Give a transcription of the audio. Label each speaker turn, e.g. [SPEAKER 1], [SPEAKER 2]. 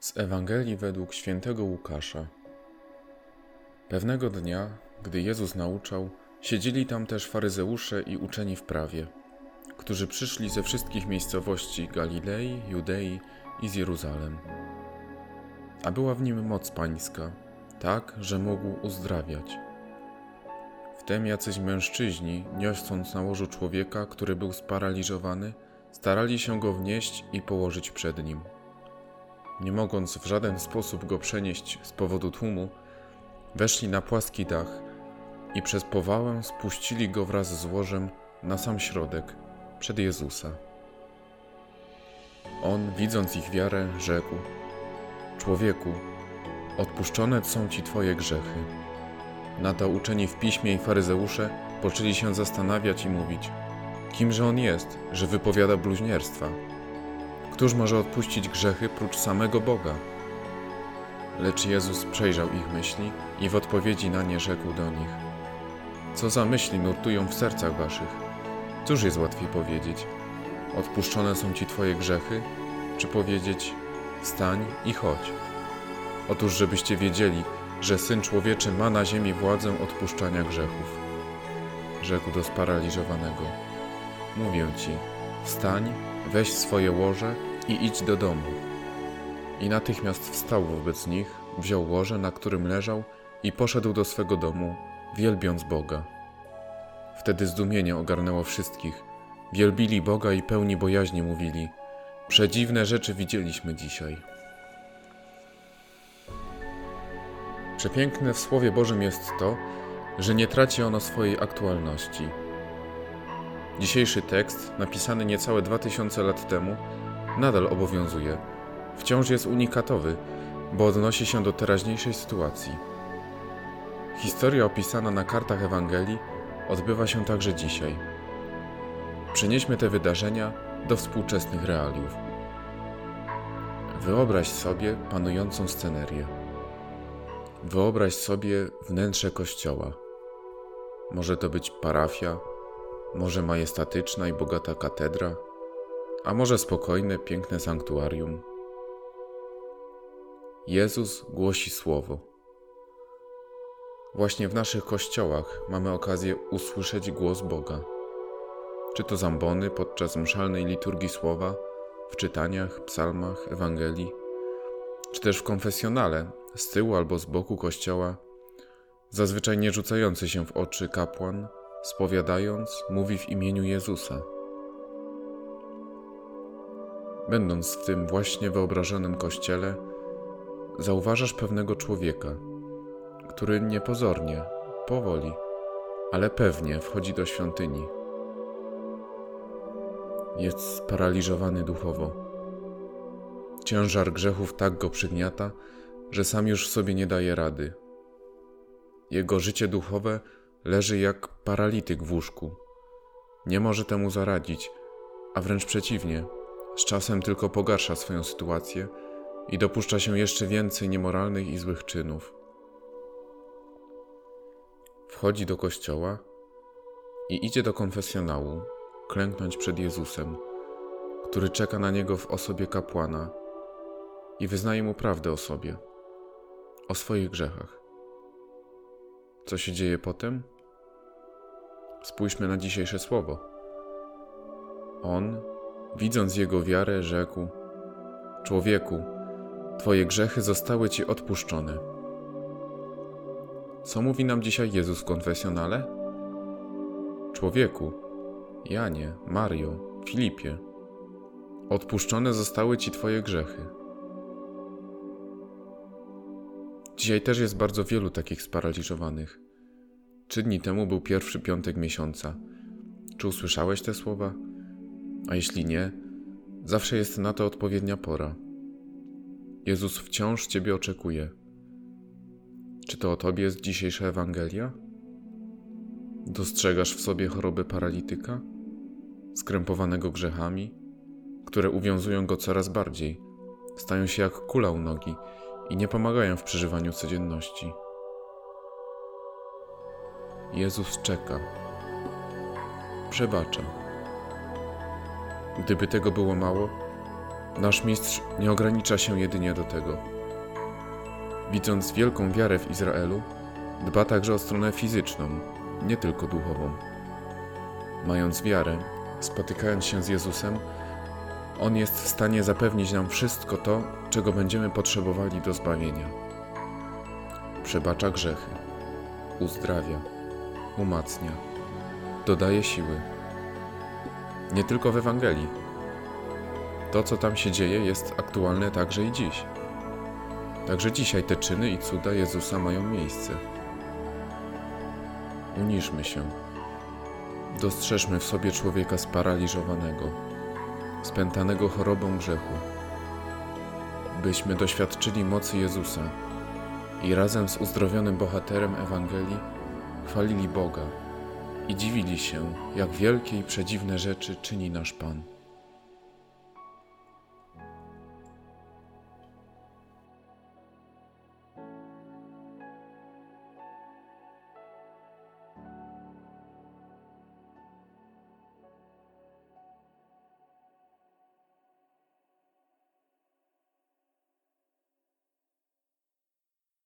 [SPEAKER 1] Z Ewangelii według świętego Łukasza. Pewnego dnia, gdy Jezus nauczał, siedzieli tam też faryzeusze i uczeni w prawie, którzy przyszli ze wszystkich miejscowości Galilei, Judei i z Jeruzalem. A była w nim moc pańska, tak, że mógł uzdrawiać. Wtem jacyś mężczyźni, niosąc na łożu człowieka, który był sparaliżowany, starali się go wnieść i położyć przed nim. Nie mogąc w żaden sposób go przenieść z powodu tłumu, weszli na płaski dach i przez powałę spuścili go wraz z łożem na sam środek, przed Jezusa. On, widząc ich wiarę, rzekł: Człowieku, odpuszczone są ci twoje grzechy. Na to uczeni w piśmie i faryzeusze poczęli się zastanawiać i mówić: Kimże on jest, że wypowiada bluźnierstwa? Któż może odpuścić grzechy prócz samego Boga? Lecz Jezus przejrzał ich myśli i w odpowiedzi na nie rzekł do nich: Co za myśli nurtują w sercach waszych? Cóż jest łatwiej powiedzieć? Odpuszczone są ci twoje grzechy? Czy powiedzieć: Wstań i chodź? Otóż żebyście wiedzieli, że Syn Człowieczy ma na ziemi władzę odpuszczania grzechów. Rzekł do sparaliżowanego: Mówię ci, wstań, weź swoje łoże i idź do domu. I natychmiast wstał wobec nich, wziął łoże, na którym leżał, i poszedł do swego domu, wielbiąc Boga. Wtedy zdumienie ogarnęło wszystkich. Wielbili Boga i pełni bojaźni mówili: Przedziwne rzeczy widzieliśmy dzisiaj. Przepiękne w Słowie Bożym jest to, że nie traci ono swojej aktualności. Dzisiejszy tekst, napisany niecałe 2000 lat temu, nadal obowiązuje. Wciąż jest unikatowy, bo odnosi się do teraźniejszej sytuacji. Historia opisana na kartach Ewangelii odbywa się także dzisiaj. Przenieśmy te wydarzenia do współczesnych realiów. Wyobraź sobie panującą scenerię. Wyobraź sobie wnętrze kościoła. Może to być parafia, może majestatyczna i bogata katedra, a może spokojne, piękne sanktuarium. Jezus głosi słowo. Właśnie w naszych kościołach mamy okazję usłyszeć głos Boga. Czy to z ambony podczas mszalnej liturgii słowa, w czytaniach, psalmach, Ewangelii, czy też w konfesjonale, z tyłu albo z boku kościoła, zazwyczaj nie rzucający się w oczy kapłan, spowiadając, mówi w imieniu Jezusa. Będąc w tym właśnie wyobrażonym kościele, zauważasz pewnego człowieka, który niepozornie, powoli, ale pewnie wchodzi do świątyni. Jest sparaliżowany duchowo. Ciężar grzechów tak go przygniata, że sam już sobie nie daje rady. Jego życie duchowe leży jak paralityk w łóżku. Nie może temu zaradzić, a wręcz przeciwnie, z czasem tylko pogarsza swoją sytuację i dopuszcza się jeszcze więcej niemoralnych i złych czynów. Wchodzi do kościoła i idzie do konfesjonału klęknąć przed Jezusem, który czeka na niego w osobie kapłana i wyznaje mu prawdę o sobie, o swoich grzechach. Co się dzieje potem? Spójrzmy na dzisiejsze słowo. On, widząc jego wiarę, rzekł: Człowieku, twoje grzechy zostały ci odpuszczone. Co mówi nam dzisiaj Jezus w konfesjonale? Człowieku, Janie, Mario, Filipie, odpuszczone zostały ci twoje grzechy. Dzisiaj też jest bardzo wielu takich sparaliżowanych. 3 dni temu był pierwszy piątek miesiąca. Czy usłyszałeś te słowa? A jeśli nie, zawsze jest na to odpowiednia pora. Jezus wciąż ciebie oczekuje. Czy to o tobie jest dzisiejsza Ewangelia? Dostrzegasz w sobie chorobę paralityka, skrępowanego grzechami, które uwiązują go coraz bardziej, stają się jak kula u nogi i nie pomagają w przeżywaniu codzienności. Jezus czeka, przebacza. Gdyby tego było mało, Nasz mistrz nie ogranicza się jedynie do tego. Widząc wielką wiarę w Izraelu, dba także o stronę fizyczną, nie tylko duchową. Mając wiarę, spotykając się z Jezusem, On jest w stanie zapewnić nam wszystko to, czego będziemy potrzebowali do zbawienia. Przebacza grzechy, uzdrawia, umacnia, dodaje siły. Nie tylko w Ewangelii. To, co tam się dzieje, jest aktualne także i dziś. Także dzisiaj te czyny i cuda Jezusa mają miejsce. Uniżmy się. Dostrzeżmy w sobie człowieka sparaliżowanego, spętanego chorobą grzechu, byśmy doświadczyli mocy Jezusa i razem z uzdrowionym bohaterem Ewangelii chwalili Boga i dziwili się, jak wielkie i przedziwne rzeczy czyni nasz Pan.